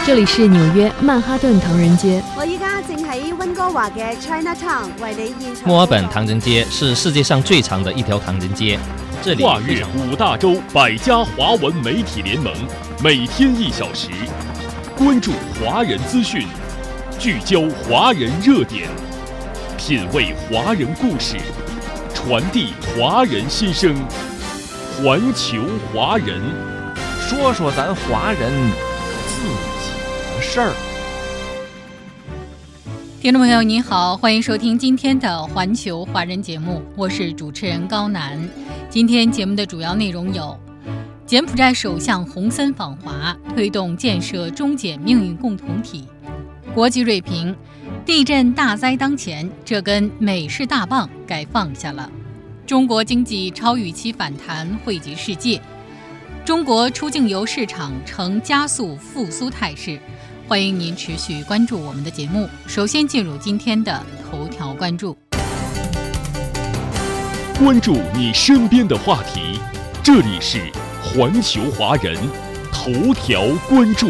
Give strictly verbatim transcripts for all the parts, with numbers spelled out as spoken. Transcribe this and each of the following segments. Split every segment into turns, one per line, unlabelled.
这里是纽约曼哈顿唐人街。
我依家正喺温哥華嘅 Chinatown 為你現場。
墨爾本唐人街是世界上最長的一條唐人街，這裡
跨越五大洲百家華文媒體聯盟，每天一小時，關注華人資訊，聚焦華人熱點，品味華人故事，傳遞華人心聲，環球華人，
說說咱華人自己的事兒。
听众朋友您好，欢迎收听今天的环球华人节目，我是主持人高楠。今天节目的主要内容有：柬埔寨首相洪森访华，推动建设中柬命运共同体；国际锐评，地震大灾当前，这根美式大棒该放下了；中国经济超预期反弹，惠及世界；中国出境游市场呈加速复苏态势。欢迎您持续关注我们的节目。首先进入今天的头条关注。
关注你身边的话题，这里是环球华人头条关注。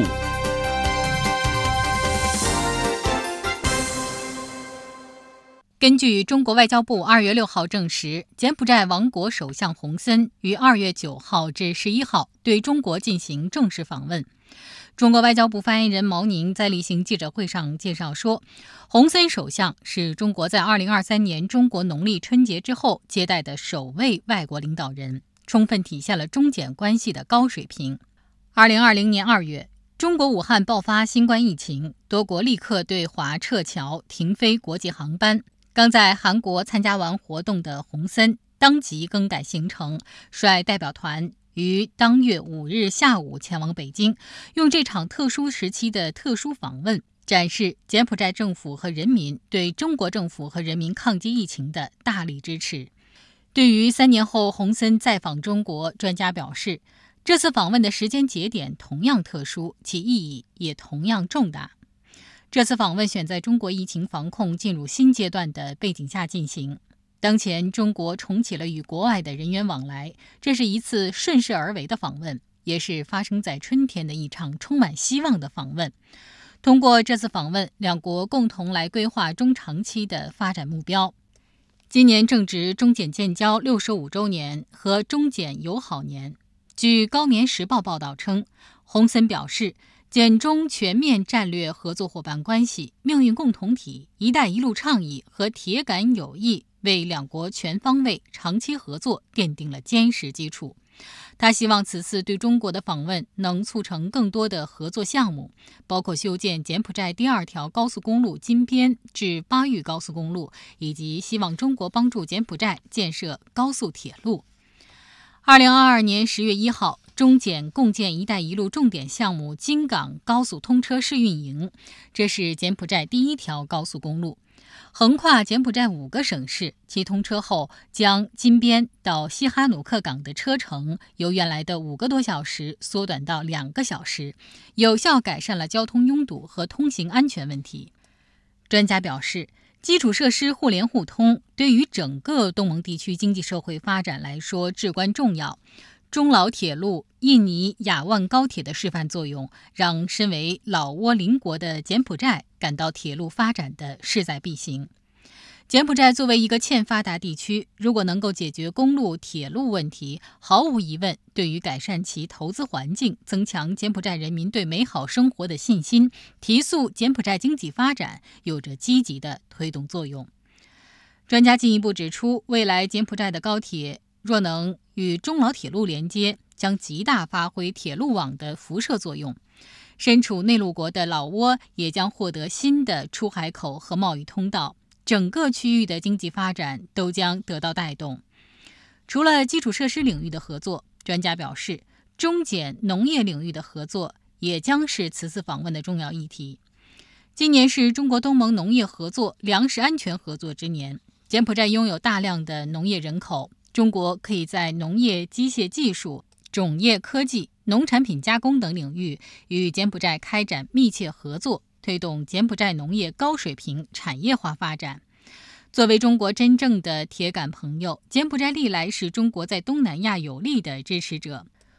根据中国外交部二月六号证实，柬埔寨王国首相洪森于二月九号至十一号对中国进行正式访问。中国外交部发言人毛宁在例行记者会上介绍说，洪森首相是中国在二零二三年中国农历春节之后接待的首位外国领导人，充分体现了中柬关系的高水平。二零二零年二月，中国武汉爆发新冠疫情，多国立刻对华撤侨，停飞国际航班。刚在韩国参加完活动的洪森当即更改行程，率代表团于当月五日下午前往北京，用这场特殊时期的特殊访问展示柬埔寨政府和人民对中国政府和人民抗击疫情的大力支持。对于三年后洪森再访中国，专家表示，这次访问的时间节点同样特殊，其意义也同样重大。这次访问选在中国疫情防控进入新阶段的背景下进行。当前中国重启了与国外的人员往来，这是一次顺势而为的访问，也是发生在春天的一场充满希望的访问。通过这次访问，两国共同来规划中长期的发展目标。今年正值中柬建交六十五周年和中柬友好年。据高棉时报报道称，洪森表示，柬中全面战略合作伙伴关系、命运共同体、一带一路倡议和铁杆友谊为两国全方位长期合作奠定了坚实基础。他希望此次对中国的访问能促成更多的合作项目，包括修建柬埔寨第二条高速公路金边至巴育高速公路，以及希望中国帮助柬埔寨建设高速铁路。二零二二年十月一号，中柬共建“一带一路”重点项目金港高速通车试运营，这是柬埔寨第一条高速公路，横跨柬埔寨五个省市。其通车后，将金边到西哈努克港的车程由原来的五个多小时缩短到两个小时，有效改善了交通拥堵和通行安全问题。专家表示，基础设施互联互通对于整个东盟地区经济社会发展来说至关重要。中老铁路、印尼雅万高铁的示范作用，让身为老挝邻国的柬埔寨感到铁路发展的势在必行。柬埔寨作为一个欠发达地区，如果能够解决公路、铁路问题，毫无疑问对于改善其投资环境、增强柬埔寨人民对美好生活的信心、提速柬埔寨经济发展有着积极的推动作用。专家进一步指出，未来柬埔寨的高铁若能与中老铁路连接，将极大发挥铁路网的辐射作用。身处内陆国的老挝也将获得新的出海口和贸易通道，整个区域的经济发展都将得到带动。除了基础设施领域的合作，专家表示，中柬农业领域的合作也将是此次访问的重要议题。今年是中国东盟农业合作、粮食安全合作之年，柬埔寨拥有大量的农业人口，中国可以在农业机械技术、种业科技、农产品加工等领域与柬埔寨开展密切合作，推动柬埔寨农业高水平产业化发展。作为中国真正的铁杆朋友，柬埔寨历来是中国在东南亚有力的支持者。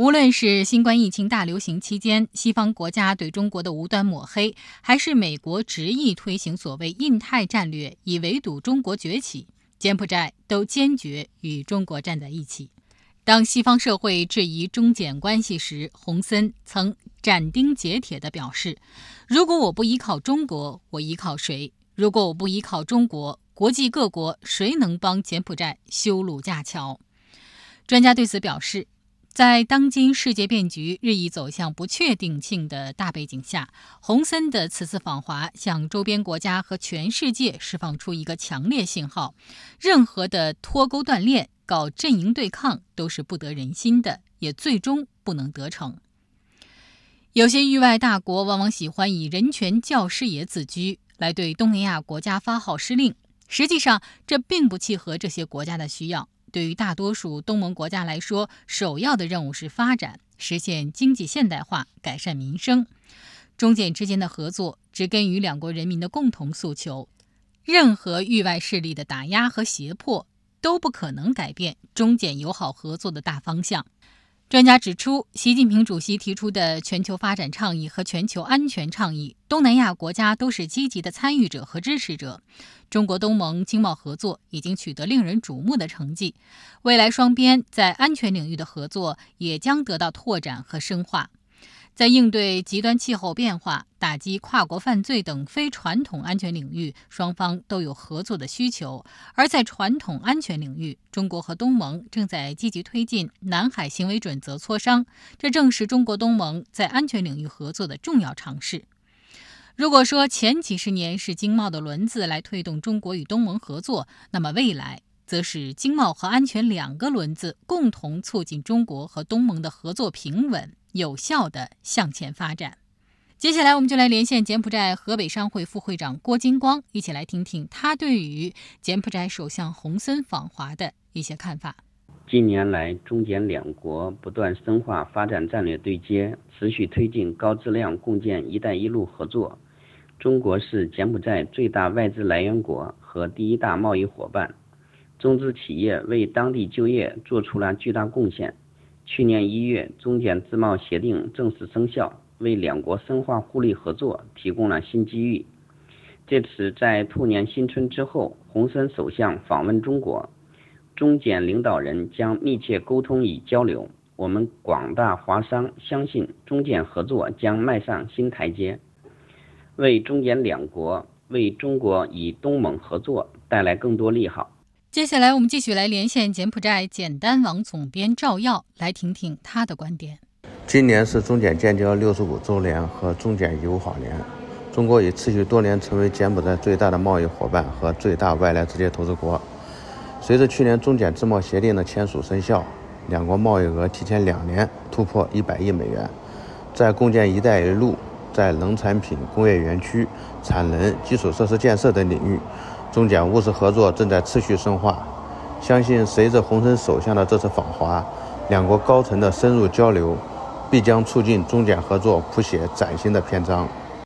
无论是新冠疫情大流行期间西方国家对中国的无端抹黑，还是美国执意推行所谓印太战略以围堵中国崛起，柬埔寨都坚决与中国站在一起。当西方社会质疑中柬关系时，洪森曾斩钉截铁地表示，如果我不依靠中国，我依靠谁？如果我不依靠中国，国际各国谁能帮柬埔寨修路架桥？专家对此表示，在当今世界变局日益走向不确定性的大背景下，洪森的此次访华向周边国家和全世界释放出一个强烈信号：任何的脱钩断裂、搞阵营对抗都是不得人心的，也最终不能得逞。有些域外大国往往喜欢以人权教师爷自居，来对东南亚国家发号施令，实际上这并不契合这些国家的需要。对于大多数东盟国家来说，首要的任务是发展，实现经济现代化，改善民生。中柬之间的合作植根于两国人民的共同诉求，任何域外势力的打压和胁迫都不可能改变中柬友好合作的大方向。专家指出，习近平主席提出的全球发展倡议和全球安全倡议，东南亚国家都是积极的参与者和支持者。中国东盟经贸合作已经取得令人瞩目的成绩，未来双边在安全领域的合作也将得到拓展和深化。在应对极端气候变化、打击跨国犯罪等非传统安全领域，双方都有合作的需求。而在传统安全领域，中国和东盟正在积极推进南海行为准则磋商，这正是中国东盟在安全领域合作的重要尝试。如果说前几十年是经贸的轮子来推动中国与东盟合作，那么未来则是经贸和安全两个轮子共同促进中国和东盟的合作平稳有效地向前发展。接下来我们就来连线柬埔寨河北商会副会长郭金光，一起来听听他对于柬埔寨首相洪森访华的一些看法。
近年来，中柬两国不断深化发展战略对接，持续推进高质量共建“一带一路”合作。中国是柬埔寨最大外资来源国和第一大贸易伙伴，中资企业为当地就业做出了巨大贡献。去年一月，中柬自贸协定正式生效，为两国深化互利合作提供了新机遇。这次在兔年新春之后，洪森首相访问中国，中柬领导人将密切沟通与交流。我们广大华商相信，中柬合作将迈上新台阶，为中柬两国、为中国与东盟合作带来更多利好。
接下来我们继续来连线柬埔寨简单网总编赵耀，来听听他的观点。
今年是中柬建交六十五周年和中柬友好年，中国已持续多年成为柬埔寨最大的贸易伙伴和最大外来直接投资国。随着去年中柬自贸协定的签署生效，两国贸易额提前两年突破一百亿美元。在共建“一带一路”、在农产品、工业园区、产能、基础设施建设等领域，中柬务实合作正在持续深化。相信随着洪森首相的这次访华，两国高层的深入交流必将促进中柬合作谱写崭新的篇章。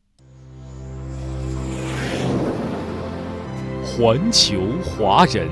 环球华人。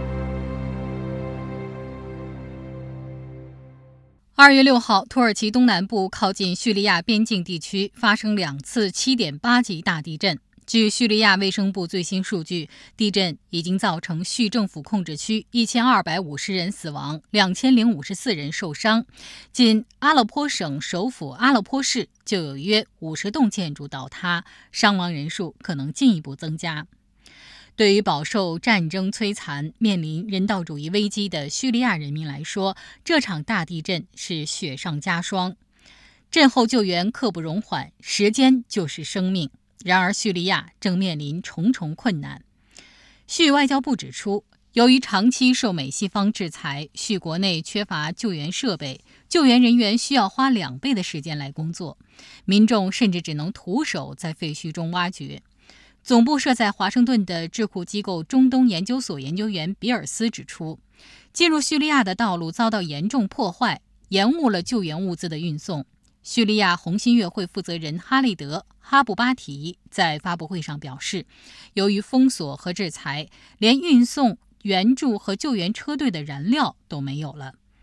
二月六号，土耳其东南部靠近叙利亚边境地区发生两次 七点八 级大地震。据叙利亚卫生部最新数据，地震已经造成叙政府控制区一千二百五十人死亡，两千零五十四人受伤。仅阿勒颇省首府阿勒颇市就有约五十栋建筑倒塌，伤亡人数可能进一步增加。对于饱受战争摧残、面临人道主义危机的叙利亚人民来说，这场大地震是雪上加霜。震后救援刻不容缓，时间就是生命。然而，叙利亚正面临重重困难。叙外交部指出，由于长期受美西方制裁，叙国内缺乏救援设备，救援人员需要花两倍的时间来工作，民众甚至只能徒手在废墟中挖掘。总部设在华盛顿的智库机构中东研究所研究员比尔斯指出，进入叙利亚的道路遭到严重破坏，延误了救援物资的运送。叙利亚红新月会负责人哈利德·哈布巴提在发布会上表示，由于封锁和制裁，连运送援助和救援车队的燃料都没有了。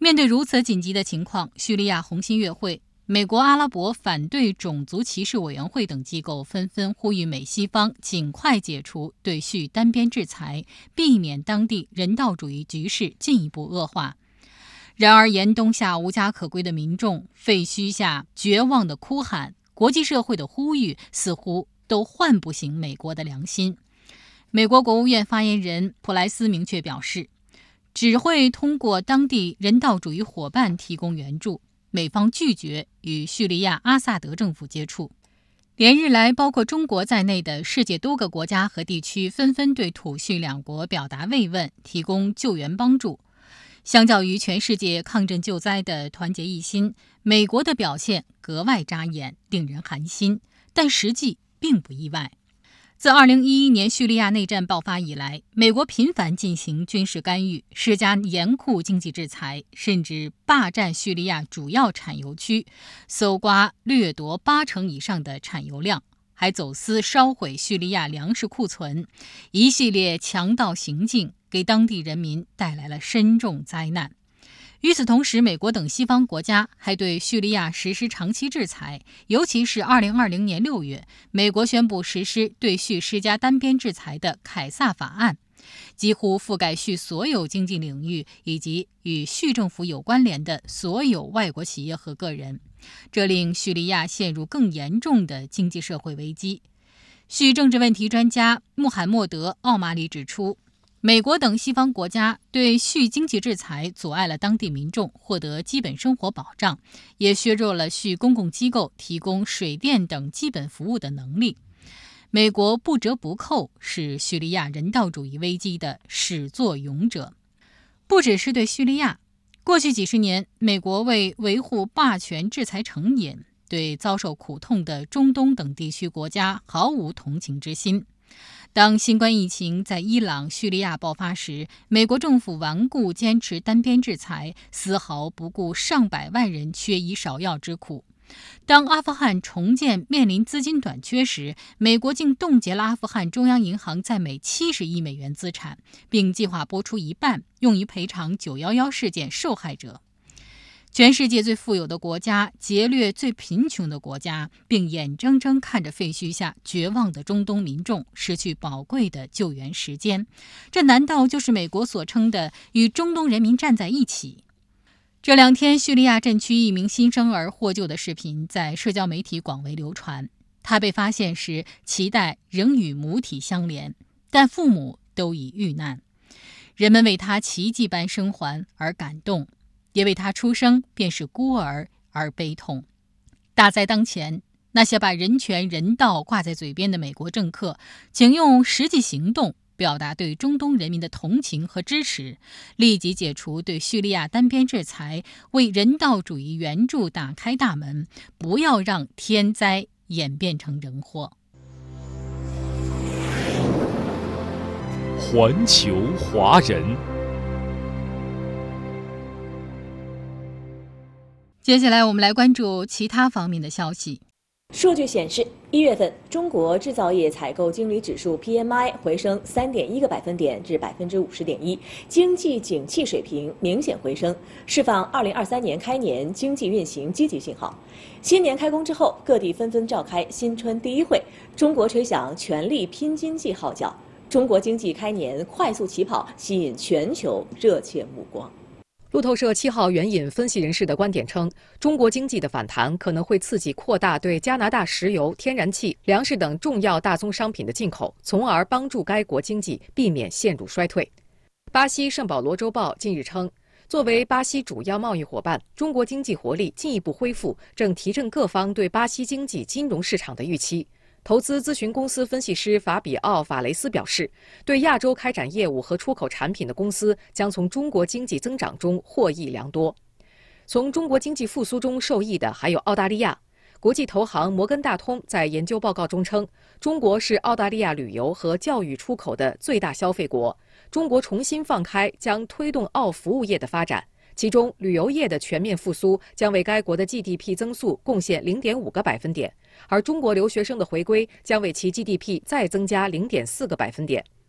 面对如此紧急的情况，叙利亚红新月会、美国阿拉伯反对种族歧视委员会等机构纷纷呼吁美西方尽快解除对叙单边制裁，避免当地人道主义局势进一步恶化。然而，严冬下无家可归的民众，废墟下绝望的哭喊，国际社会的呼吁，似乎都唤不醒美国的良心。美国国务院发言人普莱斯明确表示，只会通过当地人道主义伙伴提供援助，美方拒绝与叙利亚阿萨德政府接触。连日来，包括中国在内的世界多个国家和地区纷纷对土叙两国表达慰问，提供救援帮助。相较于全世界抗震救灾的团结一心，美国的表现格外扎眼，令人寒心，但实际并不意外。自二零一一年叙利亚内战爆发以来，美国频繁进行军事干预，施加严酷经济制裁，甚至霸占叙利亚主要产油区，搜刮掠夺八成以上的产油量，还走私烧毁叙利亚粮食库存，一系列强盗行径给当地人民带来了深重灾难。与此同时，美国等西方国家还对叙利亚实施长期制裁，尤其是二零二零年六月，美国宣布实施对叙施加单边制裁的凯撒法案，几乎覆盖叙所有经济领域以及与叙政府有关联的所有外国企业和个人，这令叙利亚陷入更严重的经济社会危机。叙政治问题专家穆罕默德·奥马里指出，美国等西方国家对叙经济制裁阻碍了当地民众获得基本生活保障，也削弱了叙公共机构提供水电等基本服务的能力。美国不折不扣是叙利亚人道主义危机的始作俑者。不只是对叙利亚，过去几十年，美国为维护霸权制裁成瘾，对遭受苦痛的中东等地区国家毫无同情之心。当新冠疫情在伊朗、叙利亚爆发时，美国政府顽固坚持单边制裁，丝毫不顾上百万人缺医少药之苦。当阿富汗重建面临资金短缺时，美国竟冻结了阿富汗中央银行在美七十亿美元资产，并计划拨出一半用于赔偿九一一事件受害者。全世界最富有的国家劫掠最贫穷的国家，并眼睁睁看着废墟下绝望的中东民众失去宝贵的救援时间，这难道就是美国所称的与中东人民站在一起？这两天，叙利亚震区一名新生儿获救的视频在社交媒体广为流传。他被发现时，脐带仍与母体相连，但父母都已遇难。人们为他奇迹般生还而感动，也为他出生便是孤儿而悲痛。大灾当前，那些把人权人道挂在嘴边的美国政客，请用实际行动表达对中东人民的同情和支持，立即解除对叙利亚单边制裁，为人道主义援助打开大门，不要让天灾演变成人祸。
环球华人。
接下来我们来关注其他方面的消息。
数据显示，一月份中国制造业采购经理指数 P M I 回升 三点一 个百分点至 百分之五十点一， 经济景气水平明显回升，释放二零二三年开年经济运行积极信号。新年开工之后，各地纷纷召开新春第一会，中国吹响全力拼经济号角，中国经济开年快速起跑，吸引全球热切目光。
路透社七号援引分析人士的观点称，中国经济的反弹可能会刺激扩大对加拿大石油、天然气、粮食等重要大宗商品的进口，从而帮助该国经济避免陷入衰退。巴西圣保罗周报近日称，作为巴西主要贸易伙伴，中国经济活力进一步恢复，正提振各方对巴西经济金融市场的预期。投资咨询公司分析师法比奥·法雷斯表示，对亚洲开展业务和出口产品的公司将从中国经济增长中获益良多。从中国经济复苏中受益的还有澳大利亚。国际投行摩根大通在研究报告中称，中国是澳大利亚旅游和教育出口的最大消费国。中国重新放开将推动澳服务业的发展。其中，旅游业的全面复苏将为该国的 G D P 增速贡献 零点五 个百分点，而中国留学生的回归将为其 G D P 再增加 零点四 个百分点。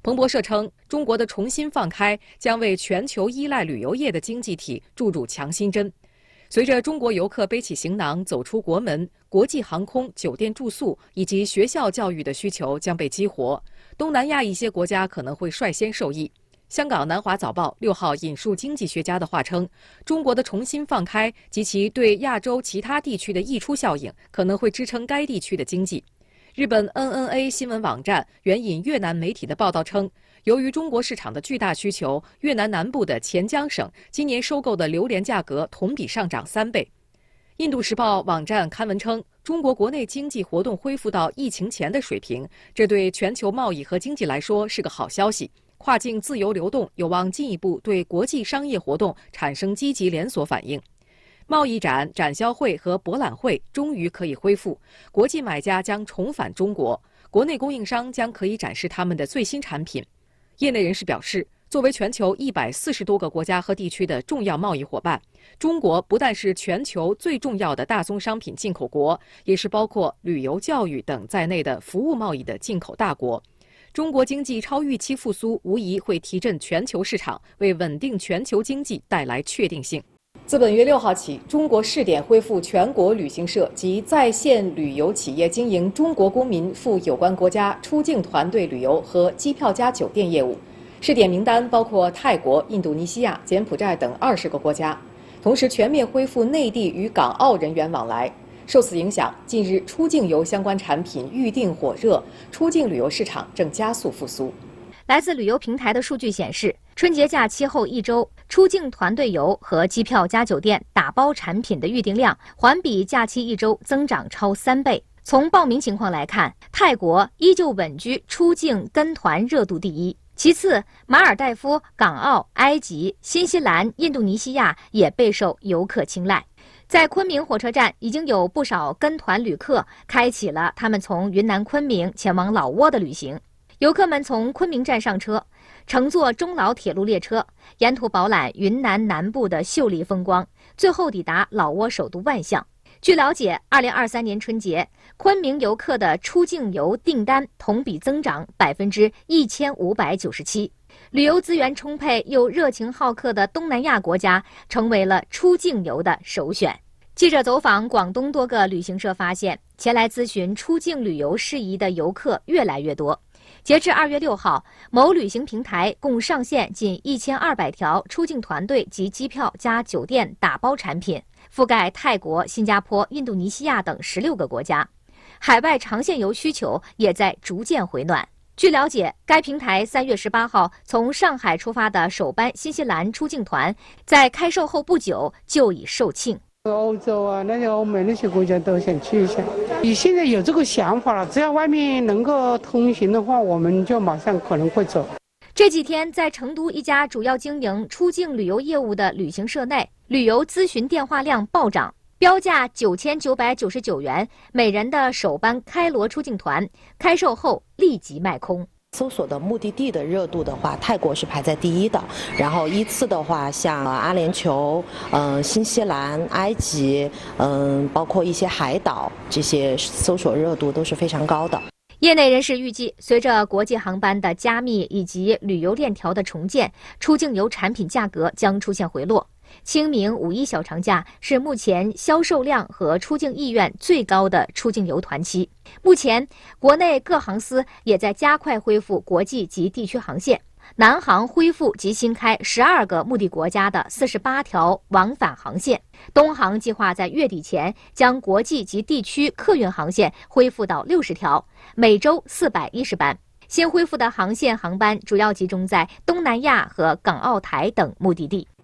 彭博社称，中国的重新放开将为全球依赖旅游业的经济体注入强心针。随着中国游客背起行囊走出国门，国际航空、酒店住宿以及学校教育的需求将被激活，东南亚一些国家可能会率先受益。香港南华早报六号引述经济学家的话称，中国的重新放开及其对亚洲其他地区的溢出效应，可能会支撑该地区的经济。日本 N N A 新闻网站援引越南媒体的报道称，由于中国市场的巨大需求，越南南部的钱江省今年收购的榴莲价格同比上涨三倍。印度时报网站刊文称，中国国内经济活动恢复到疫情前的水平，这对全球贸易和经济来说是个好消息。跨境自由流动有望进一步对国际商业活动产生积极连锁反应。贸易展、展销会和博览会终于可以恢复，国际买家将重返中国，国内供应商将可以展示他们的最新产品。业内人士表示，作为全球一百四十多个国家和地区的重要贸易伙伴，中国不但是全球最重要的大宗商品进口国，也是包括旅游、教育等在内的服务贸易的进口大国。中国经济超预期复苏，无疑会提振全球市场，为稳定全球经济带来确定性。自本月六号起，中国试点恢复全国旅行社及在线旅游企业经营中国公民赴有关国家出境团队旅游和机票加酒店业务。试点名单包括泰国、印度尼西亚、柬埔寨等二十个国家，同时全面恢复内地与港澳人员往来。受此影响，近日出境游相关产品预订火热，出境旅游市场正加速复苏。
来自旅游平台的数据显示，春节假期后一周，出境团队游和机票加酒店打包产品的预订量环比假期一周增长超三倍。从报名情况来看，泰国依旧稳居出境跟团热度第一，其次马尔代夫、港澳、埃及、新西兰、印度尼西亚也备受游客青睐。在昆明火车站，已经有不少跟团旅客开启了他们从云南昆明前往老挝的旅行。游客们从昆明站上车，乘坐中老铁路列车，沿途饱览云南南部的秀丽风光，最后抵达老挝首都万象。据了解，二零二三年春节，昆明游客的出境游订单同比增长百分之一千五百九十七。旅游资源充沛又热情好客的东南亚国家，成为了出境游的首选。记者走访广东多个旅行社发现，前来咨询出境旅游事宜的游客越来越多。截至二月六号，某旅行平台共上线近一千二百条出境团队及机票加酒店打包产品，覆盖泰国、新加坡、印度尼西亚等十六个国家。海外长线游需求也在逐渐回暖。据了解，该平台三月十八号从上海出发的首班新西兰出境团，在开售后不久就已售罄。
欧洲啊，那些欧美那些国家都想去一下。你现在有这个想法了，只要外面能够通行的话，我们就马上可能会走。
这几天，在成都一家主要经营出境旅游业务的旅行社内，旅游咨询电话量暴涨，标价九千九百九十九元每人的首班开罗出境团，开售后立即卖空。
搜索的目的地的热度的话，泰国是排在第一的，然后依次的话，像阿联酋、嗯、呃、新西兰、埃及，嗯、呃，包括一些海岛，这些搜索热度都是非常高的。
业内人士预计，随着国际航班的加密以及旅游链条的重建，出境游产品价格将出现回落。清明、五一小长假是目前销售量和出境意愿最高的出境游团期。目前，国内各航司也在加快恢复国际及地区航线。南航恢复及新开十二个目的国家的四十八条往返航线，东航计划在月底前将国际及地区客运航线恢复到六十条，每周四百一十班。新恢复的航线航班主要集中在东南亚和港澳台等目的地。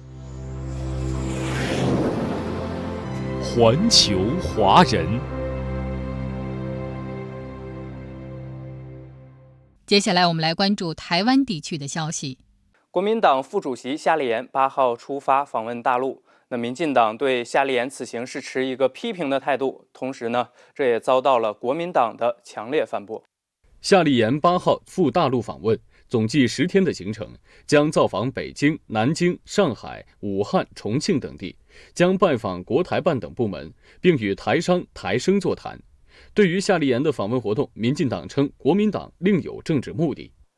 环球华人。
接下来我们来关注台湾地区的消息。
国民党副主席夏立言八号出发访问大陆，那民进党对夏立言此行是持一个批评的态度，同时呢，这也遭到了国民党的强烈反驳。
夏立言八号赴大陆访问，总计十天的行程，将造访北京、南京、上海、武汉、重庆等地，将拜访国台办等部门，并与台商、台生座谈。对于夏立言的访问活动，民进党称国民党另有政治目的。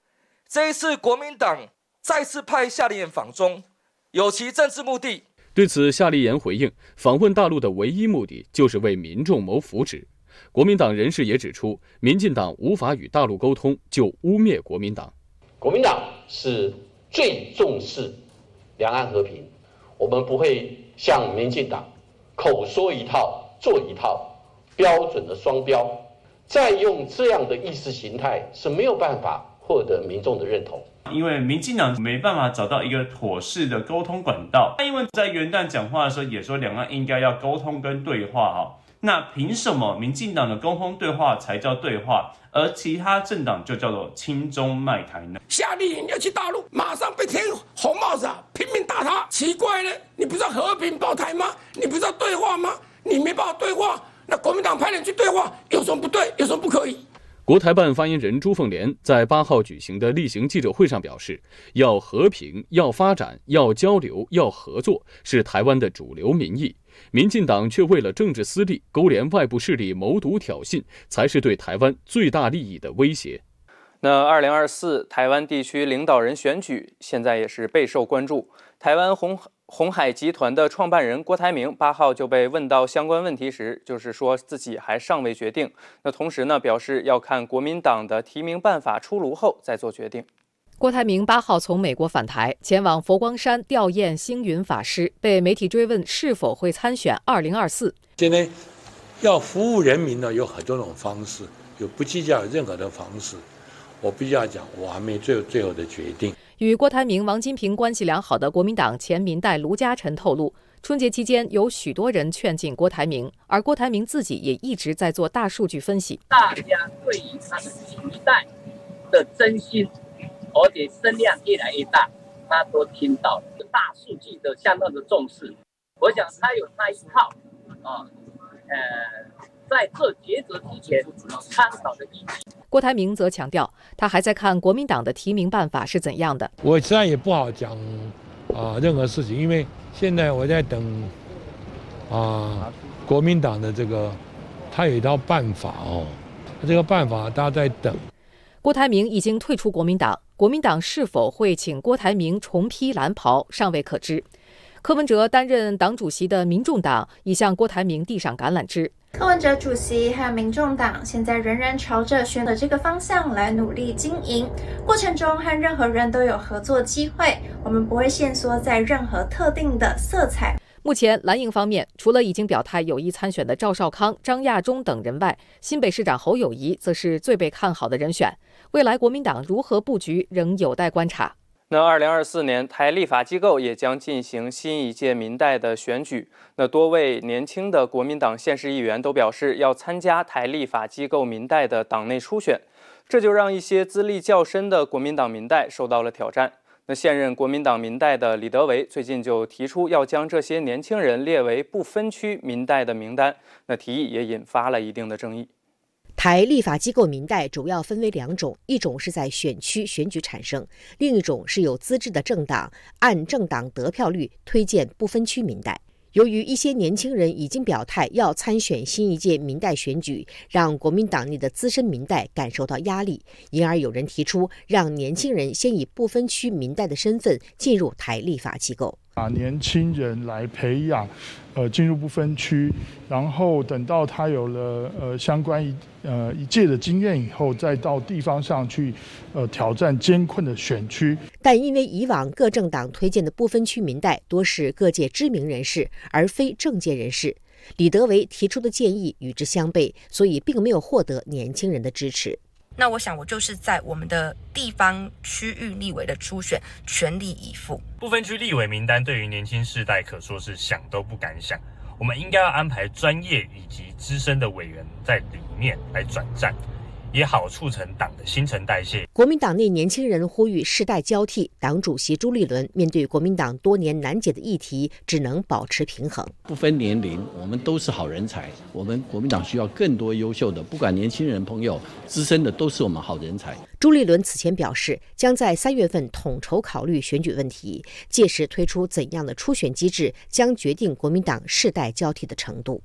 这一次国民党再次派夏立言访中，有其政治目的。
对此，夏立言回应，访问大陆的唯一目的就是为民众谋福祉。国民党人士也指出，民进党无法与大陆沟通，就污蔑国民党。
国民党是最重视两岸和平，我们不会像民进党口说一套做一套，标准的双标，再用这样的意识形态是没有办法获得民众的认同。
因为民进党没办法找到一个妥适的沟通管道。蔡英文在元旦讲话的时候也说，两岸应该要沟通跟对话哈。那凭什么民进党的沟通对话才叫对话，而其他政党就叫做亲中卖台呢？
夏立言要去大陆，马上被贴红帽子啊，拼命打他。奇怪了，你不是要和平保台吗？你不是要对话吗？你没办法对话，那国民党派人去对话，有什么不对？有什么不可以？
国台办发言人朱凤莲在八号举行的例行记者会上表示，要和平、要发展、要交流、要合作，是台湾的主流民意。民进党却为了政治私利，勾连外部势力谋独挑衅，才是对台湾最大利益的威胁。
那二零二四台湾地区领导人选举现在也是备受关注。台湾红红海集团的创办人郭台铭八号就被问到相关问题时，就是说自己还尚未决定。那同时呢，表示要看国民党的提名办法出炉后再做决定。
郭台铭八号从美国返台，前往佛光山吊唁星云法师，被媒体追问是否会参选二零二四。
现在要服务人民呢，有很多种方式，有不计较任何的方式。我必须要讲，我还没最最后的决定。
与郭台铭、王金平关系良好的国民党前民代卢嘉诚透露，春节期间有许多人劝进郭台铭，而郭台铭自己也一直在做大数据分析。
大家对于他的期待的真心，而且声量越来越大，他都听到了。大数据的相当的重视，我想他有那一套啊，呃，在做抉择之前参考的依据。
郭台铭则强调，他还在看国民党的提名办法是怎样的。
我实在也不好讲啊、呃、任何事情，因为现在我在等啊、呃、国民党的这个，他有一套办法哦，这个办法大家在等。
郭台铭已经退出国民党，国民党是否会请郭台铭重披蓝袍尚未可知。柯文哲担任党主席的民众党已向郭台铭递上橄榄枝。
柯文哲主席和民众党现在仍然朝着选的这个方向来努力经营，过程中和任何人都有合作机会，我们不会限缩在任何特定的色彩。
目前蓝营方面，除了已经表态有意参选的赵少康、张亚中等人外，新北市长侯友宜则是最被看好的人选。未来国民党如何布局，仍有待观察。
那二零二四年台立法机构也将进行新一届民代的选举。那多位年轻的国民党县市议员都表示要参加台立法机构民代的党内初选，这就让一些资历较深的国民党民代受到了挑战。那现任国民党民代的李德维最近就提出要将这些年轻人列为不分区民代的名单，那提议也引发了一定的争议。
台立法机构民代主要分为两种，一种是在选区选举产生，另一种是有资质的政党按政党得票率推荐不分区民代。由于一些年轻人已经表态要参选新一届民代选举，让国民党内的资深民代感受到压力，因而有人提出让年轻人先以不分区民代的身份进入台立法机构。
把年轻人来培养，呃，进入不分区，然后等到他有了呃相关一呃一届的经验以后，再到地方上去，呃挑战艰困的选区。
但因为以往各政党推荐的不分区民代多是各界知名人士，而非政界人士，李德维提出的建议与之相悖，所以并没有获得年轻人的支持。
那我想我就是在我们的地方区域立委的初选全力以赴。
不分区立委名单对于年轻世代可说是想都不敢想，我们应该要安排专业以及资深的委员在里面来转战，也好促成党的新陈代谢。
国民党内年轻人呼吁世代交替，党主席朱立伦面对国民党多年难解的议题，只能保持平衡。
不分年龄，我们都是好人才，我们国民党需要更多优秀的，不管年轻人朋友、资深的，都是我们好人才。
朱立伦此前表示，将在三月份统筹考虑选举问题，届时推出怎样的初选机制，将决定国民党世代交替的程度。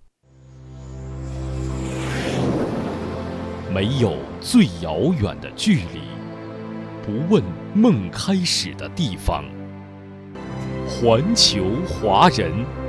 没有最遥远的距离， 不问梦开始的地方。环球华人。